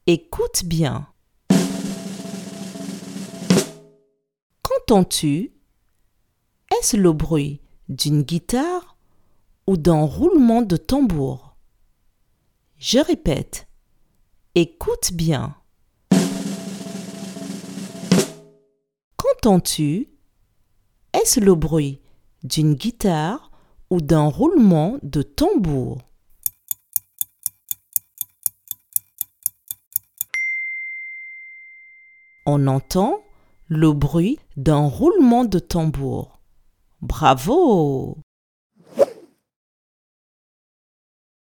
Écoute bien. Qu'entends-tu? Est-ce le bruit d'une guitare ou d'un roulement de tambour? Je répète. Écoute bien. Qu'entends-tu? Est-ce le bruit d'une guitare ou d'un roulement de tambour? On entend le bruit d'un roulement de tambour. Bravo!